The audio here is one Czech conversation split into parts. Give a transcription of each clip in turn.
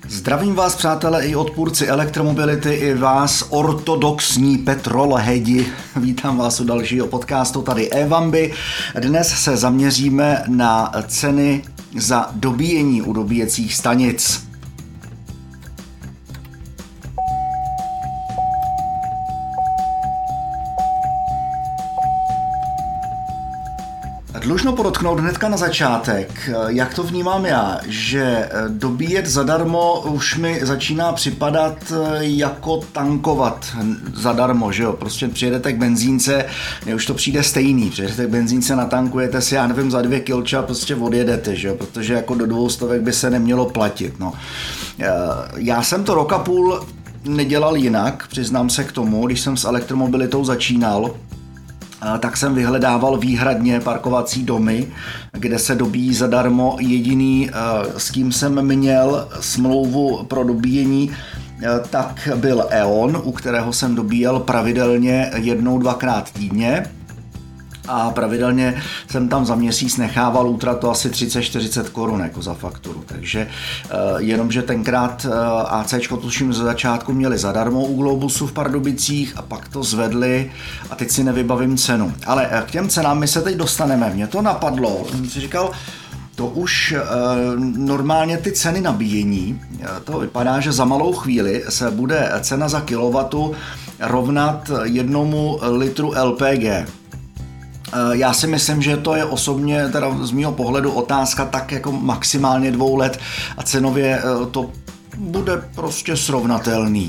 Zdravím vás, přátelé, i odpůrci elektromobility, i vás, ortodoxní petrolheadi. Vítám vás u dalšího podcastu, tady eVambi. Dnes se zaměříme na ceny za dobíjení u dobíjecích stanic. Dlužno podotknout hnedka na začátek, jak to vnímám já, že dobíjet zadarmo už mi začíná připadat jako tankovat zadarmo, že jo, prostě přijedete k benzínce, mně už to přijde stejný, přijedete k benzínce, natankujete si, já nevím, za 2 kilča prostě odjedete, že jo, protože jako do 200 by se nemělo platit, no. Já jsem to rok a půl nedělal jinak, přiznám se k tomu, když jsem s elektromobilitou začínal, tak jsem vyhledával výhradně parkovací domy, kde se dobíjí zadarmo. Jediný, s kým jsem měl smlouvu pro dobíjení, tak byl E.ON, u kterého jsem dobíjel pravidelně 1-2krát týdně. A pravidelně jsem tam za měsíc nechával útratu asi 30-40 korun jako za fakturu. Takže jenomže tenkrát ACčko tuším ze začátku měli zadarmo u Globusu v Pardubicích a pak to zvedli a teď si nevybavím cenu. Ale k těm cenám my se teď dostaneme. Mě to napadlo, jsem si říkal, to už normálně ty ceny nabíjení, to vypadá, že za malou chvíli se bude cena za kilowattu rovnat 1 litru LPG. Já si myslím, že to je osobně, teda z mýho pohledu, otázka tak jako maximálně 2 let a cenově to bude prostě srovnatelný.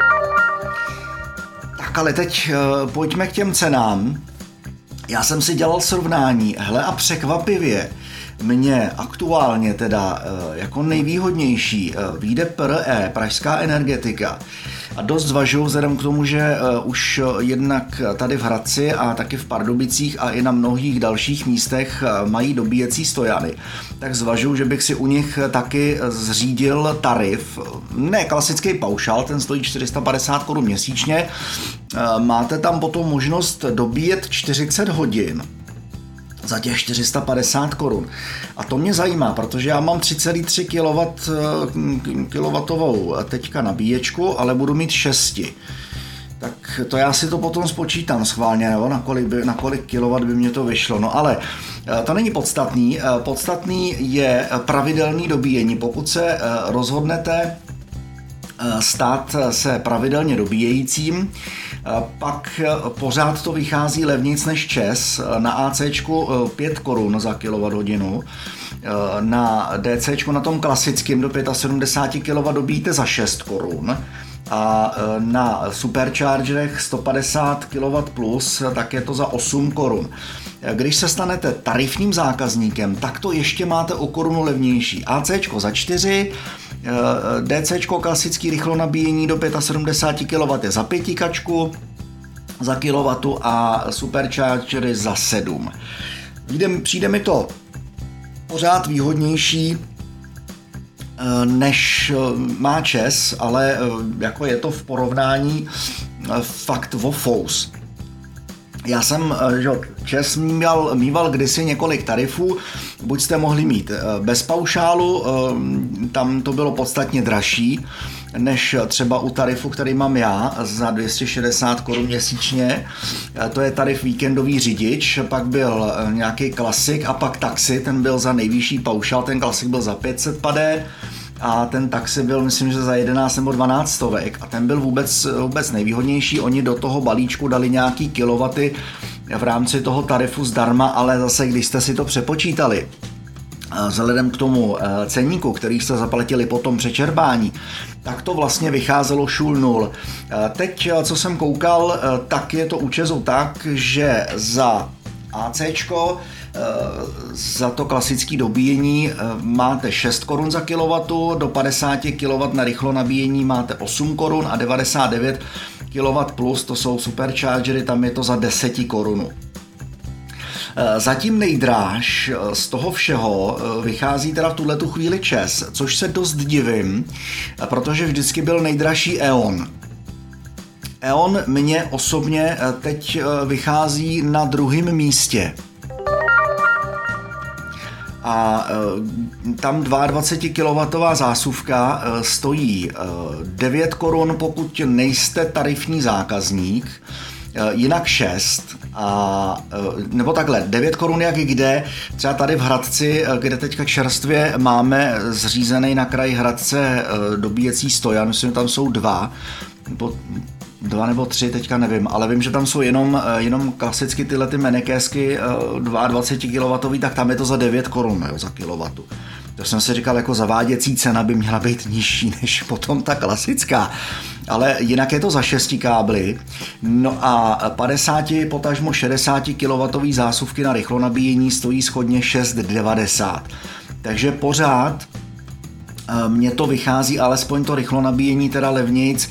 Tak ale teď pojďme k těm cenám. Já jsem si dělal srovnání, hele a překvapivě mně aktuálně teda jako nejvýhodnější vyjde PRE, Pražská energetika. A dost zvažuji vzhledem k tomu, že už jednak tady v Hradci a taky v Pardubicích a i na mnohých dalších místech mají dobíjecí stojany. Tak zvažuji, že bych si u nich taky zřídil tarif. Ne klasický paušál, ten stojí 450 korun měsíčně. Máte tam potom možnost dobíjet 40 hodin za těch 450 korun. A to mě zajímá, protože já mám 3,3 kW teďka nabíječku, ale budu mít 6. Tak to já si to potom spočítám schválně, nebo na kolik kilowatt by mě to vyšlo. No ale to není podstatný. Podstatný je pravidelný dobíjení. Pokud se rozhodnete stát se pravidelně dobíjejícím, pak pořád to vychází levnic než ČEZ. Na ACčku 5 korun za kWh, na DCčku na tom klasickém do 75 kW dobíjíte za 6 korun a na superchargerech 150 kW plus tak je to za 8 korun. Když se stanete tarifním zákazníkem, tak to ještě máte o korunu levnější. ACčko za 4, DCčko klasický rychlo nabíjení do 75 kW je za 5 kačku za kilowattu a superchargery za 7. Přijde mi to pořád výhodnější než má ČEZ, ale jako je to v porovnání fakt fous. Já jsem, že ČEZ mýval kdysi několik tarifů, buď jste mohli mít bez paušálu, tam to bylo podstatně dražší, než třeba u tarifu, který mám já za 260 korun měsíčně. To je tarif víkendový řidič, pak byl nějaký klasik a pak taxi, ten byl za nejvyšší paušál, ten klasik byl za 500 padé a ten taxi byl, myslím, že za 11 nebo 12 stovek a ten byl vůbec nejvýhodnější. Oni do toho balíčku dali nějaký kilowaty v rámci toho tarifu zdarma, ale zase, když jste si to přepočítali, vzhledem k tomu ceníku, který jste zaplatili po tom přečerpání, tak to vlastně vycházelo šul nul. Teď, co jsem koukal, tak je to u ČEZu tak, že za ACčko, za to klasické dobíjení máte 6 korun za kilowattu, do 50 kW na rychlo nabíjení máte 8 korun a 99 kW plus, to jsou superchargery, tam je to za 10 korun. Zatím nejdráž z toho všeho vychází teda v tuhletu chvíli ČEZ, což se dost divím, protože vždycky byl nejdražší E.ON. E.ON mě osobně teď vychází na 2. místě. a tam 22 kW zásuvka stojí 9 korun, pokud nejste tarifní zákazník, jinak 6, nebo takhle, 9 korun jak kde, třeba tady v Hradci, kde teďka čerstvě máme zřízený na kraji Hradce dobíjecí stojan, myslím, tam jsou dva nebo tři, teďka nevím, ale vím, že tam jsou jenom klasicky tyhle ty menekésky 22 kW, tak tam je to za 9 korun za kilowatu. To jsem si říkal, jako zaváděcí cena by měla být nižší než potom ta klasická. Ale jinak je to za 6 kábly. No a 50, potažmo 60 kW zásuvky na rychlonabíjení stojí shodně 6,90. Takže pořád mně to vychází, alespoň to rychlonabíjení teda levnějc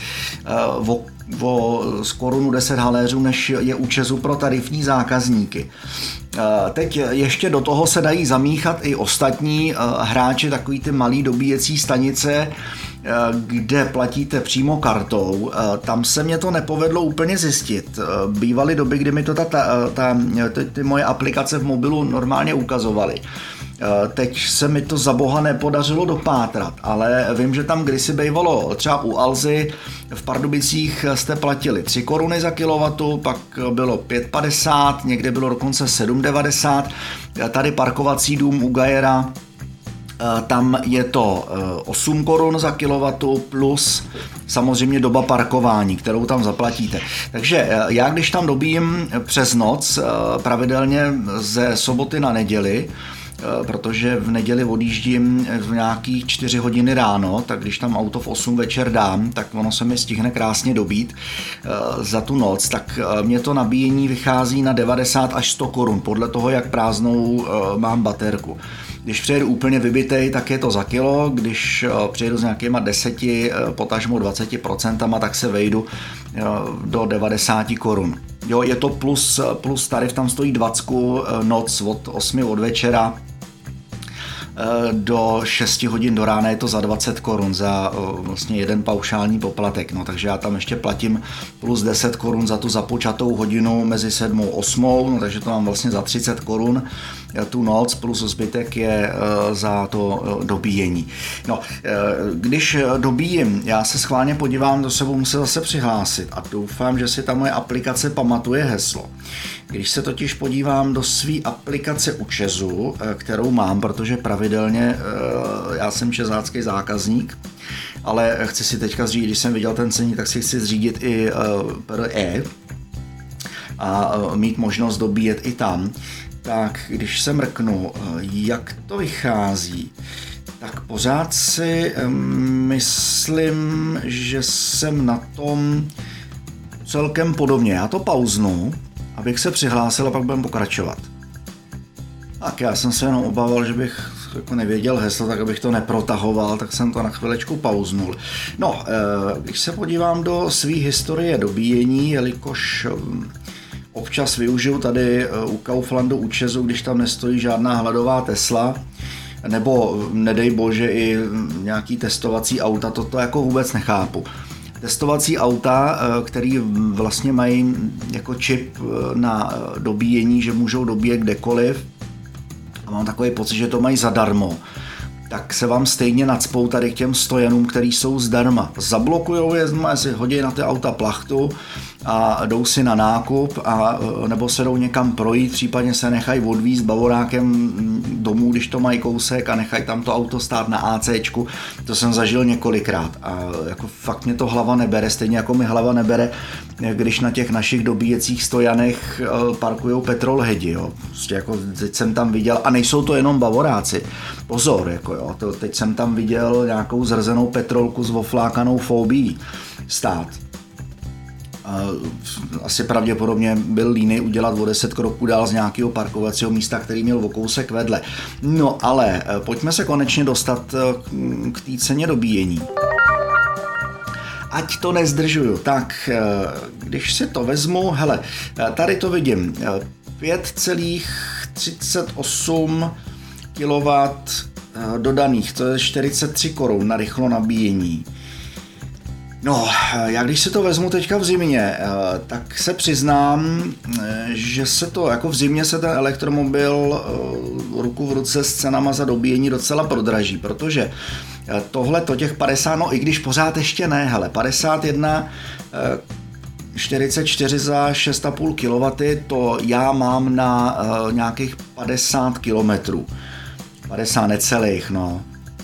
z korunu 10 haléřů, než je u ČEZu pro tarifní zákazníky. Teď ještě do toho se dají zamíchat i ostatní hráči, takový ty malý dobíjecí stanice, kde platíte přímo kartou. Tam se mě to nepovedlo úplně zjistit. Bývaly doby, kdy mi to ty moje aplikace v mobilu normálně ukazovaly. Teď se mi to za boha nepodařilo dopátrat, ale vím, že tam kdysi bývalo třeba u Alzy v Pardubicích jste platili 3 koruny za kilowatu, pak bylo 5,50, někde bylo dokonce 7,90. Tady parkovací dům u Gajera, tam je to 8 korun za kilowatu plus samozřejmě doba parkování, kterou tam zaplatíte. Takže já když tam dobíjím přes noc, pravidelně ze soboty na neděli, protože v neděli odjíždím v nějakých 4 hodiny ráno, tak když tam auto v 8 večer dám, tak ono se mi stihne krásně dobít za tu noc, tak mě to nabíjení vychází na 90 až 100 korun, podle toho, jak prázdnou mám baterku. Když přijedu úplně vybitej, tak je to za kilo, když přijedu s nějakýma 10, potažmo 20%, tak se vejdu do 90 korun. Jo, je to plus tarif, tam stojí 20 noc od 8 od večera do 6 hodin do rána, je to za 20 korun za vlastně jeden paušální poplatek, no, takže já tam ještě platím plus 10 korun za tu započatou hodinu mezi 7 a 8, no, takže to mám vlastně za 30 korun tu noc, plus zbytek je za to dobíjení. No, když dobíjím, já se schválně podívám, do sebou musím zase přihlásit a doufám, že si ta moje aplikace pamatuje heslo. Když se totiž podívám do své aplikace u ČEZu, kterou mám, protože pravidelně já jsem čezácký zákazník, ale chci si teďka zřídit, když jsem viděl ten ceník, tak si chci zřídit i PRE a mít možnost dobíjet i tam. Tak když se mrknu, jak to vychází, tak pořád si myslím, že jsem na tom celkem podobně. Já to pauznu, abych se přihlásil a pak budeme pokračovat. Tak já jsem se jenom obával, že bych jako nevěděl heslo, tak abych to neprotahoval, tak jsem to na chvilečku pauznul. No, když se podívám do své historie dobíjení, jelikož občas využiju tady u Kauflandu, u ČEZu, když tam nestojí žádná hladová Tesla, nebo nedej bože i nějaký testovací auta, to jako vůbec nechápu. Testovací auta, který vlastně mají jako čip na dobíjení, že můžou dobíjet kdekoliv, a mám takový pocit, že to mají zadarmo, tak se vám stejně nacpou tady k těm stojanům, který jsou zdarma. Zablokujou je, si hodí na ty auta plachtu a jdou si na nákup, a nebo se jdou někam projít, případně se nechají odvízt bavorákem domů, když to mají kousek, a nechají tam to auto stát na ACčku. To jsem zažil několikrát a jako fakt mě to hlava nebere, stejně jako mi hlava nebere, když na těch našich dobíjecích stojanech parkujou petrolheadi, jo. Prostě jako teď jsem tam viděl, a nejsou to jenom bavoráci, pozor, jako jo, teď jsem tam viděl nějakou zrzenou petrolku s oflákanou fóbií stát. Asi pravděpodobně byl línej udělat o 10 kroků dál z nějakého parkovacího místa, který měl o kousek vedle. No ale pojďme se konečně dostat k té ceně dobíjení. Ať to nezdržuju. Tak, když si to vezmu, hele, tady to vidím, 5,38 kW dodaných, to je 43 korun na rychlo nabíjení. No, já když si to vezmu teďka v zimě, tak se přiznám, že se to, jako v zimě se ten elektromobil ruku v ruce s cenama za dobíjení docela prodraží, protože tohle to těch 50, no i když pořád ještě ne, hele, 51, 44 za 6,5 kW, to já mám na nějakých 50 kilometrů, 50 necelých, no,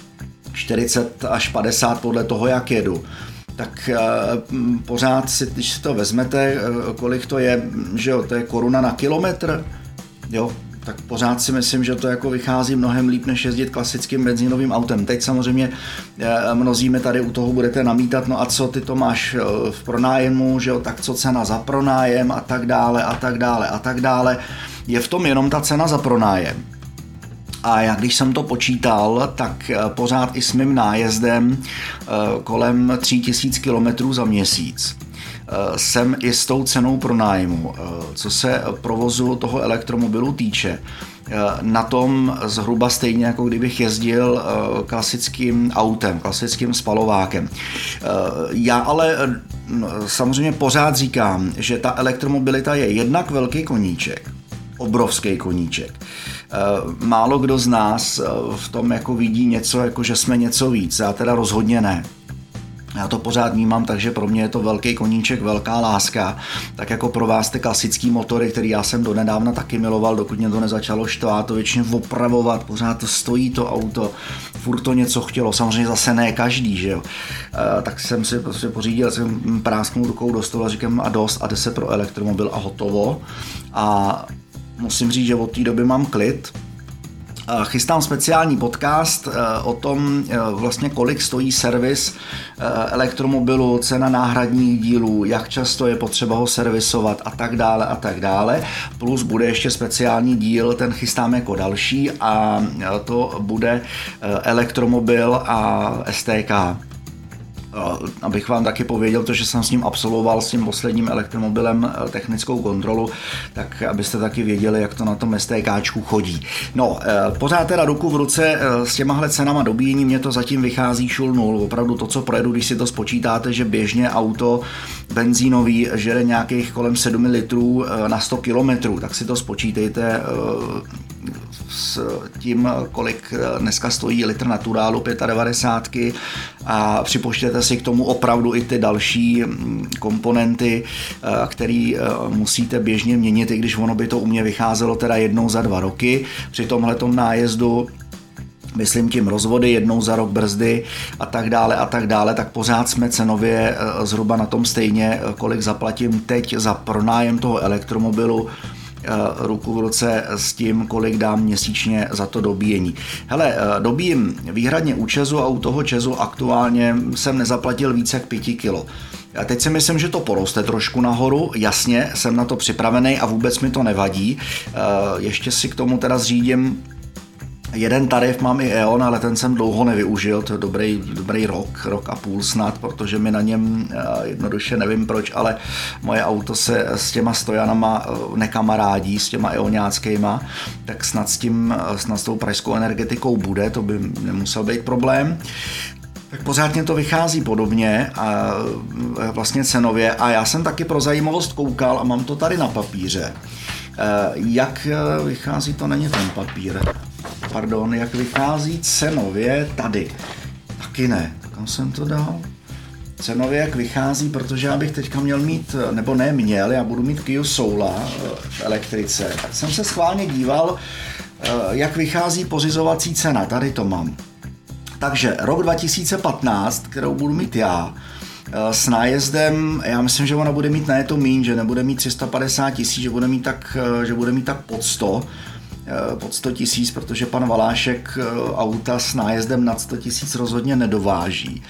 40 až 50 podle toho, jak jedu. Tak pořád si, když si to vezmete, kolik to je, že jo, to je koruna na kilometr, jo, tak pořád si myslím, že to jako vychází mnohem líp, než jezdit klasickým benzínovým autem. Teď samozřejmě mnozí mi tady u toho budete namítat, no a co ty to máš v pronájmu, že jo, tak co cena za pronájem a tak dále a tak dále a tak dále. Je v tom jenom ta cena za pronájem. A já když jsem to počítal, tak pořád i s mým nájezdem kolem 3000 km za měsíc jsem i s tou cenou pronájmu, co se provozu toho elektromobilu týče, na tom zhruba stejně, jako kdybych jezdil klasickým autem, klasickým spalovákem. Já ale samozřejmě pořád říkám, že ta elektromobilita je jednak velký koníček, obrovský koníček. Málo kdo z nás v tom jako vidí něco, jako že jsme něco víc. Já teda rozhodně ne. Já to pořád vnímám, takže pro mě je to velký koníček, velká láska. Tak jako pro vás ty klasický motory, který já jsem donedávna taky miloval, dokud mě to nezačalo štvát, to většině opravovat, pořád to stojí to auto, furt to něco chtělo, samozřejmě zase ne každý, že jo. Tak jsem si prostě pořídil, jsem prásknul rukou do stolu a říkám a dost a jde se pro elektromobil a hotovo. A musím říct, že od té doby mám klid. Chystám speciální podcast o tom vlastně, kolik stojí servis elektromobilu, cena náhradních dílů, jak často je potřeba ho servisovat a tak dále a tak dále. Plus bude ještě speciální díl, ten chystám jako další a to bude elektromobil a STK. Abych vám taky pověděl to, že jsem s ním absolvoval, s tím posledním elektromobilem technickou kontrolu, tak abyste taky věděli, jak to na tom STKčku chodí. No, pořád teda ruku v ruce s těmahle cenama dobíjení mě to zatím vychází šul nul. Opravdu to, co projedu, když si to spočítáte, že běžně auto benzínový žere nějakých kolem 7 litrů na 100 kilometrů, tak si to spočítejte s tím, kolik dneska stojí litr naturálu 95 a připočtěte si k tomu opravdu i ty další komponenty, které musíte běžně měnit, i když ono by to u mě vycházelo teda jednou za 2 roky. Při tomhletom nájezdu, myslím tím rozvody, jednou za rok brzdy a tak dále, tak pořád jsme cenově zhruba na tom stejně, kolik zaplatím teď za pronájem toho elektromobilu, ruku v ruce s tím, kolik dám měsíčně za to dobíjení. Hele, dobíjím výhradně u ČEZu a u toho ČEZu aktuálně jsem nezaplatil více jak 5 kilo. A teď si myslím, že to poroste trošku nahoru, jasně, jsem na to připravený a vůbec mi to nevadí. Ještě si k tomu teda zřídím jeden tarif, mám i E.ON, ale ten jsem dlouho nevyužil, to je dobrý rok a půl snad, protože mi na něm jednoduše nevím proč, ale moje auto se s těma stojanama nekamarádí, s těma eoňáckýma, tak snad s tou pražskou energetikou bude, to by nemusel být problém. Tak pořád mě to vychází podobně a vlastně cenově a já jsem taky pro zajímavost koukal a mám to tady na papíře. Jak vychází, to není ten papír. Pardon, jak vychází cenově tady. Taky ne. Kam jsem to dal? Cenově jak vychází, protože já bych teďka měl mít, nebo ne měl, já budu mít Kia Soula v elektrice. Tak jsem se schválně díval, jak vychází pořizovací cena. Tady to mám. Takže rok 2015, kterou budu mít já, s nájezdem, já myslím, že ona bude mít ne to míň, že nebude mít 350 000, že bude mít tak pod 100 000, protože pan Valášek auta s nájezdem nad 100 000 rozhodně nedováží.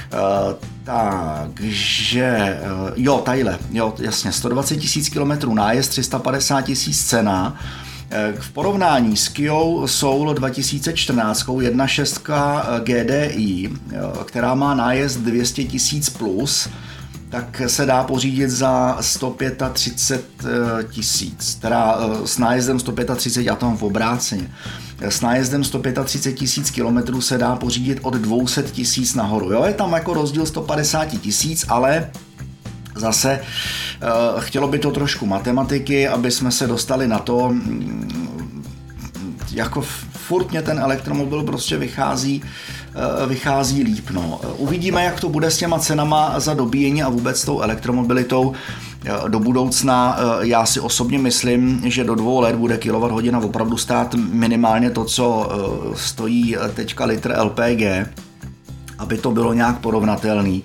Takže, jo, tadyhle, jo, jasně, 120 000 kilometrů nájezd, 350 000 cena. V porovnání s Kia Soul 2014 1.6 GDI, která má nájezd 200 000 plus, tak se dá pořídit za 135 000, teda s nájezdem 135, já to mám v obráceně. s nájezdem 135 000 km se dá pořídit od 200 000 nahoru. Jo, je tam jako rozdíl 150 000, ale zase chtělo by to trošku matematiky, aby jsme se dostali na to, jako furt mě ten elektromobil prostě vychází líp. No. Uvidíme, jak to bude s těma cenama za dobíjení a vůbec s tou elektromobilitou do budoucna. Já si osobně myslím, že do 2 let bude kilowatthodina opravdu stát minimálně to, co stojí teďka litr LPG, aby to bylo nějak porovnatelný.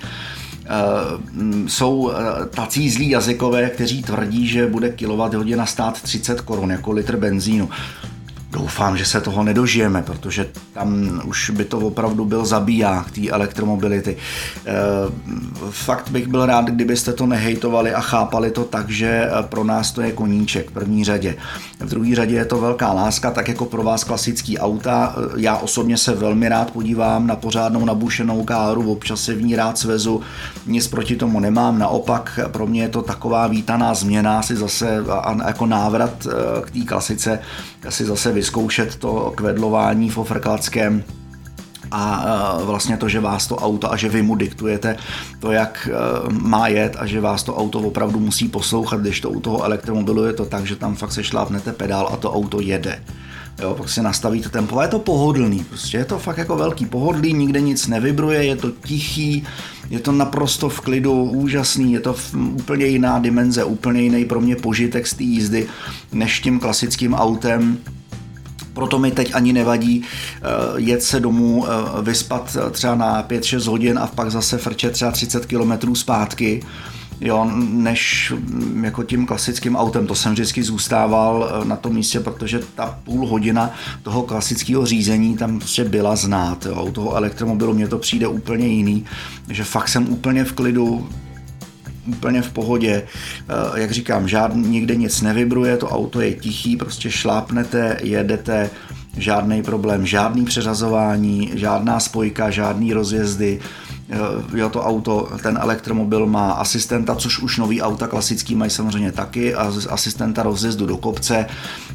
Jsou tací zlí jazykové, kteří tvrdí, že bude kilowatthodina stát 30 korun jako litr benzínu. Doufám, že se toho nedožijeme, protože tam už by to opravdu byl zabiják té elektromobility. Fakt bych byl rád, kdybyste to nehejtovali a chápali to tak, že pro nás to je koníček v první řadě. V druhé řadě je to velká láska, tak jako pro vás klasický auta. Já osobně se velmi rád podívám na pořádnou nabušenou káru, občas se v ní rád svezu, nic proti tomu nemám, naopak pro mě je to taková vítaná změna, si zase jako návrat k té klasice, si zase vyzkoušet to kvedlování v Ofrkladském a vlastně to, že vás to auto a že vy mu diktujete to, jak má jet a že vás to auto opravdu musí poslouchat, když to u toho elektromobilu je to tak, že tam fakt se šlápnete pedál a to auto jede. Jo, pak si nastavíte tempo a je to pohodlný, prostě je to fakt jako velký pohodlí, nikde nic nevibruje, je to tichý, je to naprosto v klidu, úžasný, je to úplně jiná dimenze, úplně jiný pro mě požitek z té jízdy, než tím klasickým autem. Proto mi teď ani nevadí jet se domů, vyspat třeba na 5-6 hodin a pak zase frčet třeba 30 km zpátky, jo, než jako tím klasickým autem. To jsem vždycky zůstával na tom místě, protože ta půl hodina toho klasického řízení tam prostě byla znát. Jo. U toho elektromobilu mně to přijde úplně jiný, že fakt jsem úplně v klidu, úplně v pohodě. Jak říkám, nikde nic nevibruje, to auto je tichý, prostě šlápnete, jedete, žádný problém, žádný přeřazování, žádná spojka, žádný rozjezdy. Jo, to auto, ten elektromobil má asistenta, což už nový auta klasický mají samozřejmě taky, a asistenta rozjezdu do kopce.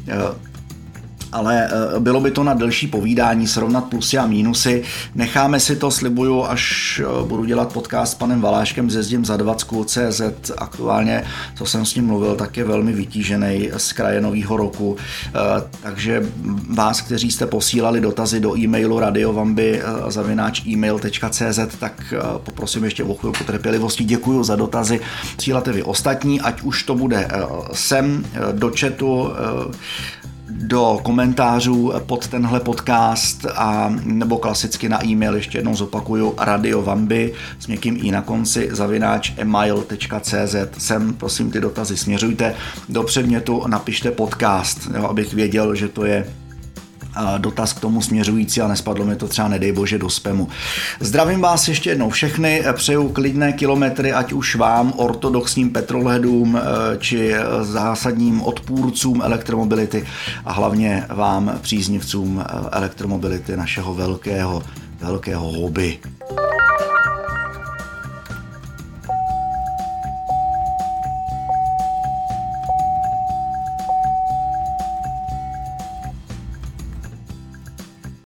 Ale bylo by to na delší povídání, srovnat plusy a mínusy. Necháme si to, slibuju, až budu dělat podcast s panem Valáškem z Jezdím za 20.cz. Aktuálně, co jsem s ním mluvil, tak je velmi vytížený z kraje nového roku. Takže vás, kteří jste posílali dotazy do e-mailu radiovamby@email.cz, tak poprosím ještě o chvilku trpělivosti. Děkuju za dotazy. Posíláte vy ostatní, ať už to bude sem do chatu, do komentářů pod tenhle podcast a nebo klasicky na e-mail, ještě jednou zopakuju, radiovamby s měkkým i na konci @email.cz. Sem prosím ty dotazy směřujte do předmětu, napište podcast, jo, abych věděl, že to je dotaz k tomu směřující a nespadlo mi to třeba nedej bože do spamu. Zdravím vás ještě jednou všechny, přeju klidné kilometry, ať už vám, ortodoxním petrolheadům či zásadním odpůrcům elektromobility a hlavně vám, příznivcům elektromobility, našeho velkého hobby.